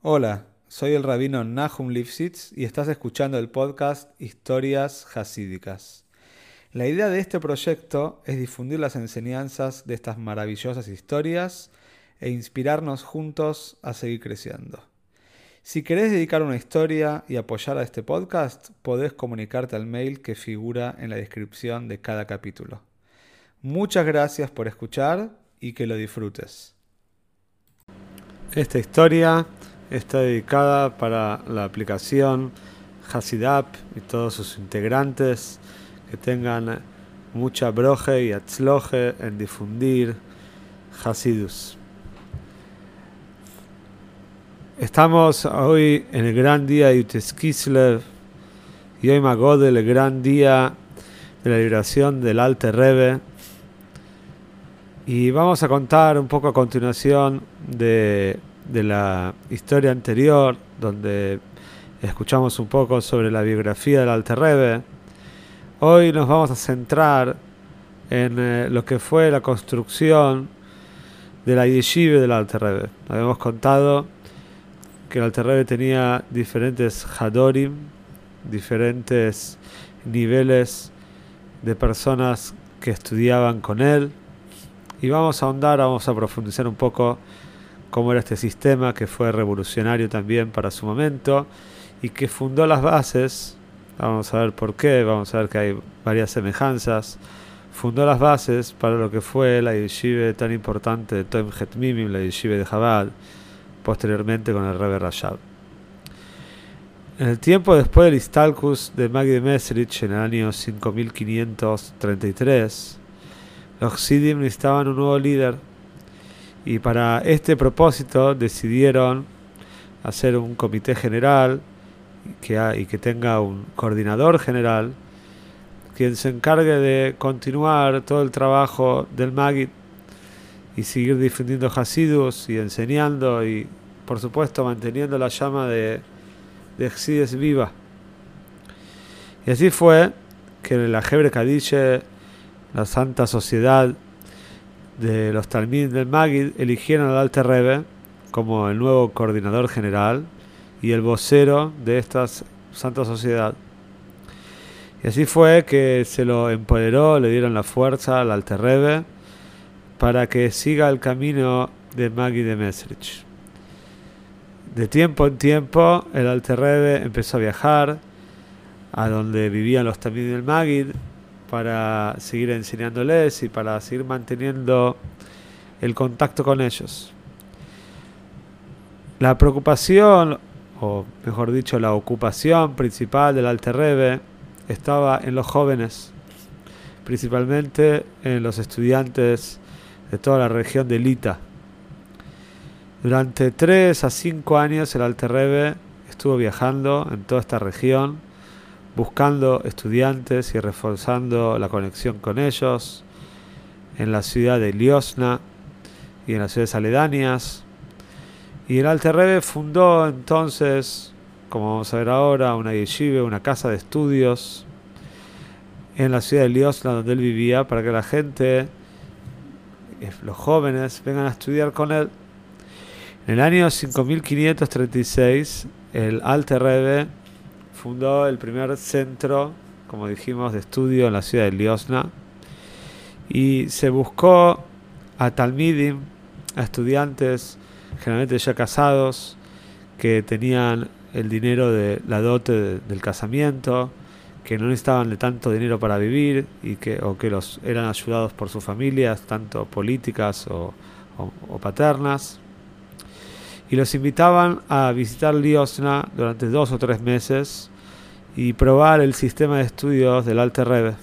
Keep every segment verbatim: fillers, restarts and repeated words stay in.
Hola, soy el rabino Nahum Lifshitz y estás escuchando el podcast Historias Hasídicas. La idea de este proyecto es difundir las enseñanzas de estas maravillosas historias e inspirarnos juntos a seguir creciendo. Si querés dedicar una historia y apoyar a este podcast, podés comunicarte al mail que figura en la descripción de cada capítulo. Muchas gracias por escuchar y que lo disfrutes. Esta historia está dedicada para la aplicación Hasidap y todos sus integrantes que tengan mucha broje y atzloje en difundir Hasidus. Estamos hoy en el gran día de Yutes Kislev y hoy Magodel, el gran día de la liberación del Alter Rebbe, y vamos a contar un poco a continuación de de la historia anterior, donde escuchamos un poco sobre la biografía del Alter Rebbe. Hoy nos vamos a centrar en eh, lo que fue la construcción de la yeshiva del Alter Rebbe. Habíamos contado que el Alter Rebbe tenía diferentes hadorim, diferentes niveles de personas que estudiaban con él, y vamos a ahondar, vamos a profundizar un poco cómo era este sistema que fue revolucionario también para su momento y que fundó las bases. Vamos a ver por qué, vamos a ver que hay varias semejanzas. Fundó las bases para lo que fue la yeshiva tan importante de Toim Het Mimim, la yeshiva de Chabad, posteriormente con el Rebbe Rashab. En el tiempo después del Istalkus de Magid Mesrich, en el año cinco mil quinientos treinta y tres, los Sidim necesitaban un nuevo líder. Y para este propósito decidieron hacer un comité general que ha, y que tenga un coordinador general quien se encargue de continuar todo el trabajo del Magid y seguir difundiendo Hasidus y enseñando y, por supuesto, manteniendo la llama de, de Hasidus viva. Y así fue que la Hebre Kadishe, la Santa Sociedad de los Talmid del Magid, eligieron al Alter Rebbe como el nuevo coordinador general y el vocero de esta Santa Sociedad. Y así fue que se lo empoderó, le dieron la fuerza al Alter Rebbe para que siga el camino de Magid de Mesrich. De tiempo en tiempo, el Alter Rebbe empezó a viajar a donde vivían los Talmid del Magid para seguir enseñándoles y para seguir manteniendo el contacto con ellos. La preocupación, o mejor dicho, la ocupación principal del Alter Rebbe estaba en los jóvenes, principalmente en los estudiantes de toda la región de Lita. Durante tres a cinco años el Alter Rebbe estuvo viajando en toda esta región, buscando estudiantes y reforzando la conexión con ellos en la ciudad de Liosna y en las ciudades aledañas. Y el Alter Rebbe fundó entonces, como vamos a ver ahora, una yeshiva, una casa de estudios en la ciudad de Liosna donde él vivía, para que la gente, los jóvenes, vengan a estudiar con él. En el año cinco mil quinientos treinta y seis, el Alter Rebbe fundó el primer centro, como dijimos, de estudio en la ciudad de Liosna, y se buscó a talmidim, a estudiantes generalmente ya casados, que tenían el dinero de la dote de, del casamiento, que no necesitaban de tanto dinero para vivir y que o que los eran ayudados por sus familias, tanto políticas o, o, o paternas, y los invitaban a visitar Liosna durante dos o tres meses y probar el sistema de estudios del Alter Rebbe.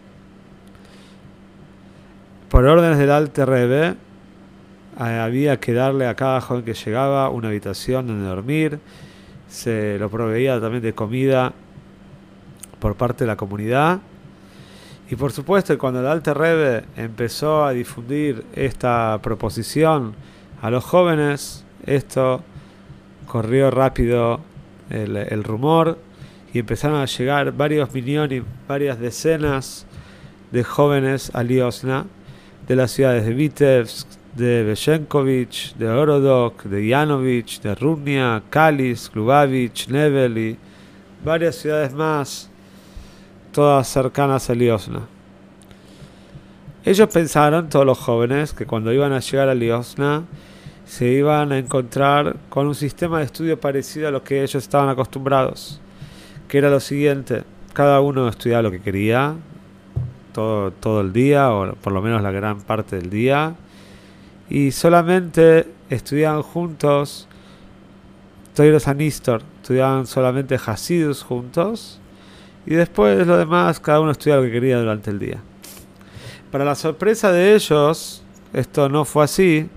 Por órdenes del Alter Rebbe, eh, había que darle a cada joven que llegaba una habitación donde dormir. Se lo proveía también de comida por parte de la comunidad. Y por supuesto, cuando el Alter Rebbe empezó a difundir esta proposición a los jóvenes, esto corrió rápido el, el rumor, y empezaron a llegar varios millones, varias decenas de jóvenes a Liosna, de las ciudades de Vitebsk, de Beshenkovich, de Orodok, de Yanovich, de Runia, Kalis, Lubavitch, Nevel y varias ciudades más, todas cercanas a Liozna. Ellos pensaron, todos los jóvenes, que cuando iban a llegar a Liozna se iban a encontrar con un sistema de estudio parecido a lo que ellos estaban acostumbrados, que era lo siguiente: cada uno estudiaba lo que quería todo, todo el día, o por lo menos la gran parte del día, y solamente estudiaban juntos Toiros Anistor, estudiaban solamente Hasidus juntos, y después lo demás cada uno estudiaba lo que quería durante el día. Para la sorpresa de ellos, esto no fue así,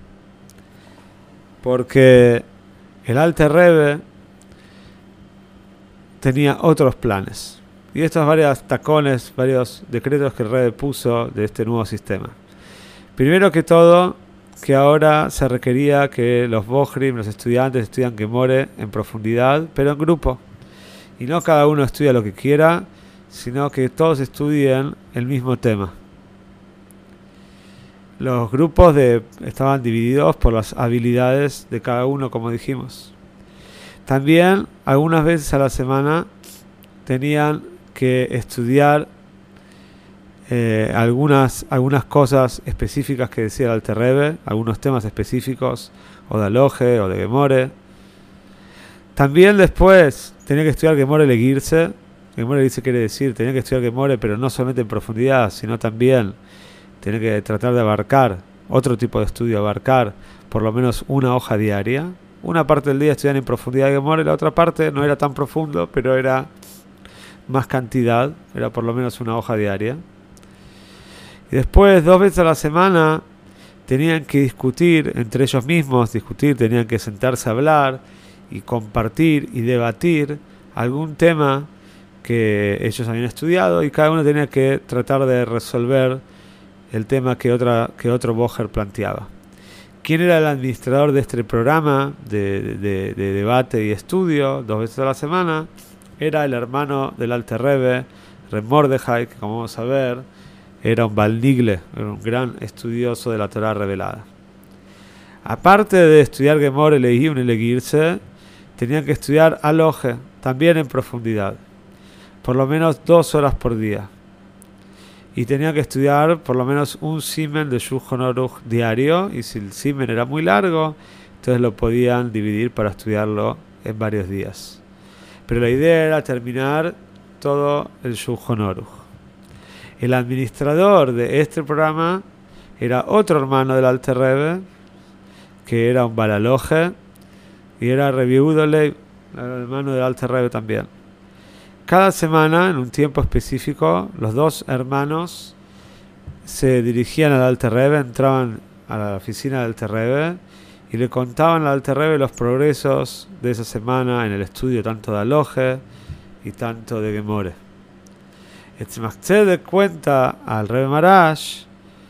porque el Alter Rebbe tenía otros planes. Y estos varios tacones, varios decretos que el Rebbe puso de este nuevo sistema. Primero que todo, que ahora se requería que los Bohrim, los estudiantes, estudian Gemore en profundidad, pero en grupo. Y no cada uno estudia lo que quiera, sino que todos estudien el mismo tema. Los grupos de, estaban divididos por las habilidades de cada uno, como dijimos. También, algunas veces a la semana, tenían que estudiar eh, algunas, algunas cosas específicas que decía el Alter Rebbe, algunos temas específicos, o de Aloje, o de Gemore. También después tenía que estudiar Gemore Legirse. Gemore Legirse quiere decir, tenía que estudiar Gemore, pero no solamente en profundidad, sino también tenía que tratar de abarcar otro tipo de estudio, abarcar por lo menos una hoja diaria. Una parte del día estudiar en profundidad Gemore, la otra parte no era tan profundo, pero era más cantidad, era por lo menos una hoja diaria. Y después, dos veces a la semana, tenían que discutir entre ellos mismos, discutir, tenían que sentarse a hablar y compartir y debatir algún tema que ellos habían estudiado, y cada uno tenía que tratar de resolver el tema que, otra, que otro Boher planteaba. ¿Quién era el administrador de este programa de, de, de, de debate y estudio, dos veces a la semana? Era el hermano del Alter Rebbe, Reb Mordechai, que como vamos a ver, era un Balnigle, era un gran estudioso de la Torá revelada. Aparte de estudiar Gemore, Lehiun y Legirse, tenían que estudiar Aloje, también en profundidad, por lo menos dos horas por día. Y tenía que estudiar por lo menos un simen de Shulchan Aruch diario, y si el simen era muy largo, entonces lo podían dividir para estudiarlo en varios días. Pero la idea era terminar todo el Shulchan Aruch. El administrador de este programa era otro hermano del Alter Rebbe, que era un Balaloje, y era Rebi Yehuda Leib, el hermano del Alter Rebbe también. Cada semana, en un tiempo específico, los dos hermanos se dirigían al Alter Rebbe, entraban a la oficina del Alter Rebbe y le contaban al Alter Rebbe los progresos de esa semana en el estudio tanto de Aloje y tanto de Gemore. El Tzemach Tzedek cuenta al Rebbe Marash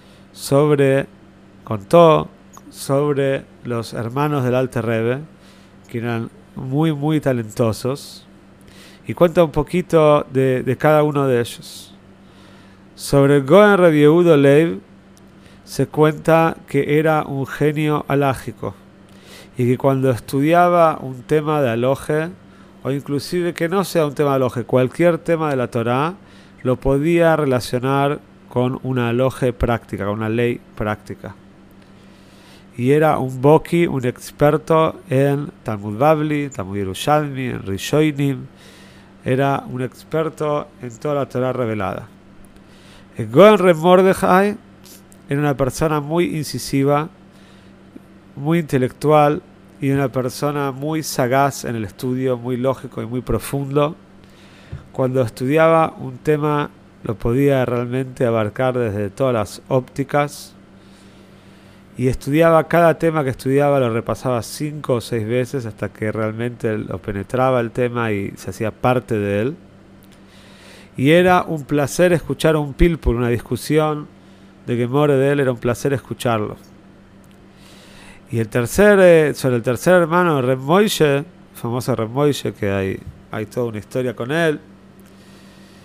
sobre, contó sobre los hermanos del Alter Rebbe, que eran muy muy talentosos, y cuenta un poquito de, de cada uno de ellos. Sobre el Goen Rebi Yehuda Leib se cuenta que era un genio alágico, y que cuando estudiaba un tema de aloje, o inclusive que no sea un tema de aloje, cualquier tema de la Torá, lo podía relacionar con una aloje práctica, con una ley práctica. Y era un boki, un experto en Talmud Bavli, Talmud Yerushalmi, en Rishonim. Era un experto en toda la Torá revelada. El Goen Reb Mordechai era una persona muy incisiva, muy intelectual y una persona muy sagaz en el estudio, muy lógico y muy profundo. Cuando estudiaba un tema lo podía realmente abarcar desde todas las ópticas, y estudiaba cada tema que estudiaba, lo repasaba cinco o seis veces hasta que realmente lo penetraba el tema y se hacía parte de él. Y era un placer escuchar un pilpul, una discusión de Gemore de él, era un placer escucharlo. Y el tercer, eh, sobre el tercer hermano, Reb Moishe, el famoso Reb Moishe, que hay, hay toda una historia con él.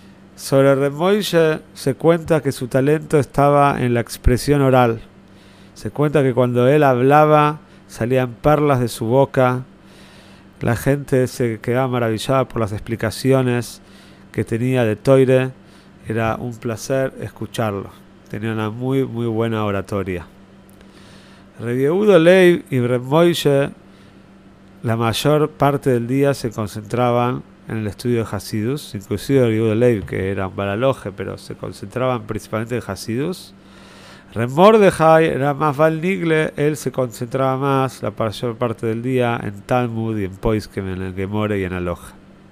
Sobre Reb Moishe se cuenta que su talento estaba en la expresión oral. Se cuenta que cuando él hablaba salían perlas de su boca. La gente se quedaba maravillada por las explicaciones que tenía de Toire. Era un placer escucharlo. Tenía una muy muy buena oratoria. Reb Yehuda Leib y Reb Moishe la mayor parte del día se concentraban en el estudio de Hasidus, inclusive Reb Yehuda Leib, que era un baraloje, pero se concentraban principalmente en Hasidus. Reb Mordechai era más Val Nigle, él se concentraba más la mayor parte del día en Talmud y en Poiskem, en el Gemore y en Aloha.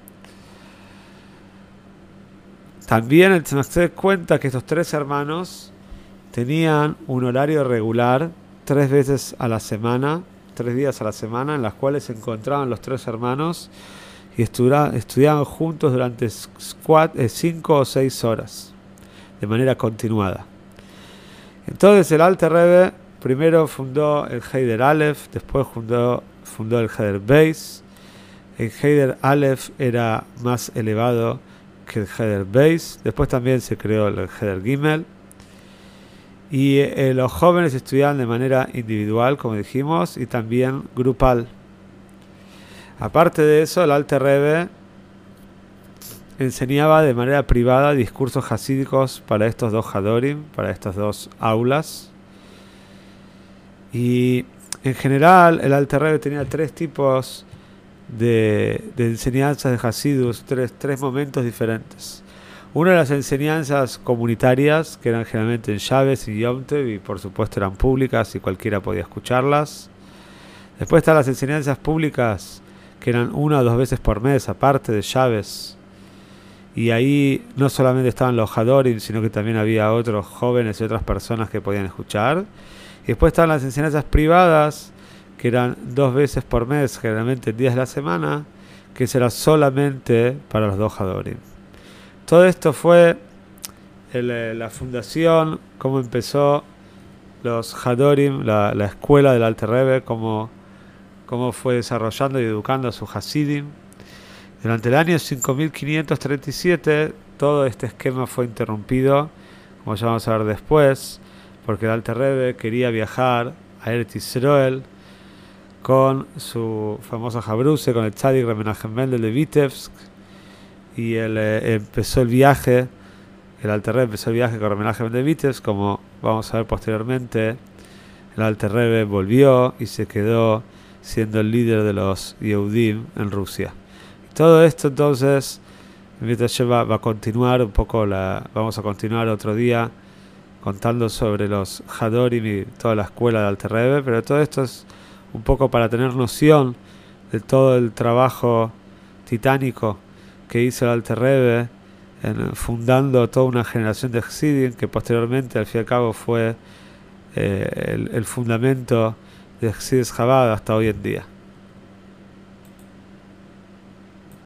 También el Tzemach Tzedek cuenta que estos tres hermanos tenían un horario regular tres veces a la semana, tres días a la semana, en las cuales se encontraban los tres hermanos y estudiaban juntos durante cinco o seis horas, de manera continuada. Entonces el Alter Rebbe primero fundó el Heider Aleph, después fundó, fundó el Heider Beis. El Heider Aleph era más elevado que el Heider Beis, después también se creó el Heider Gimel. Y eh, los jóvenes estudiaban de manera individual, como dijimos, y también grupal. Aparte de eso, el Alter Rebbe enseñaba de manera privada discursos hasídicos para estos dos Hadorim, para estas dos aulas. Y en general, el Alter Rebbe tenía tres tipos de, de enseñanzas de Hasidus, tres, tres momentos diferentes. Una de las enseñanzas comunitarias, que eran generalmente en Shabbos y Yom Tov, y por supuesto eran públicas y cualquiera podía escucharlas. Después están las enseñanzas públicas, que eran una o dos veces por mes, aparte de Shabbos. Y ahí no solamente estaban los Hadorim, sino que también había otros jóvenes y otras personas que podían escuchar. Y después estaban las enseñanzas privadas, que eran dos veces por mes, generalmente en días de la semana, que será solamente para los dos Hadorim. Todo esto fue el, la fundación, cómo empezó los Hadorim, la, la escuela del Alter Rebbe, cómo, cómo fue desarrollando y educando a sus Hasidim. Durante el año cinco mil quinientos treinta y siete, todo este esquema fue interrumpido, como ya vamos a ver después, porque el Alter Rebbe quería viajar a Eretz Yisroel con su famoso Jabruse, con el Tzadik Reb Menachem Mendel de Vitebsk. Y él eh, empezó el viaje, el Alter Rebbe empezó el viaje con Reb Menachem de Vitebsk, como vamos a ver posteriormente. El Alter Rebbe volvió y se quedó siendo el líder de los Yehudim en Rusia. Y todo esto entonces, va, va a continuar un poco, la, vamos a continuar otro día contando sobre los Hadorim y toda la escuela del Alter Rebbe, pero todo esto es un poco para tener noción de todo el trabajo titánico que hizo el Alter Rebbe en, fundando toda una generación de Hasidim, que posteriormente al fin y al cabo fue eh, el, el fundamento de Hasidus Chabad hasta hoy en día.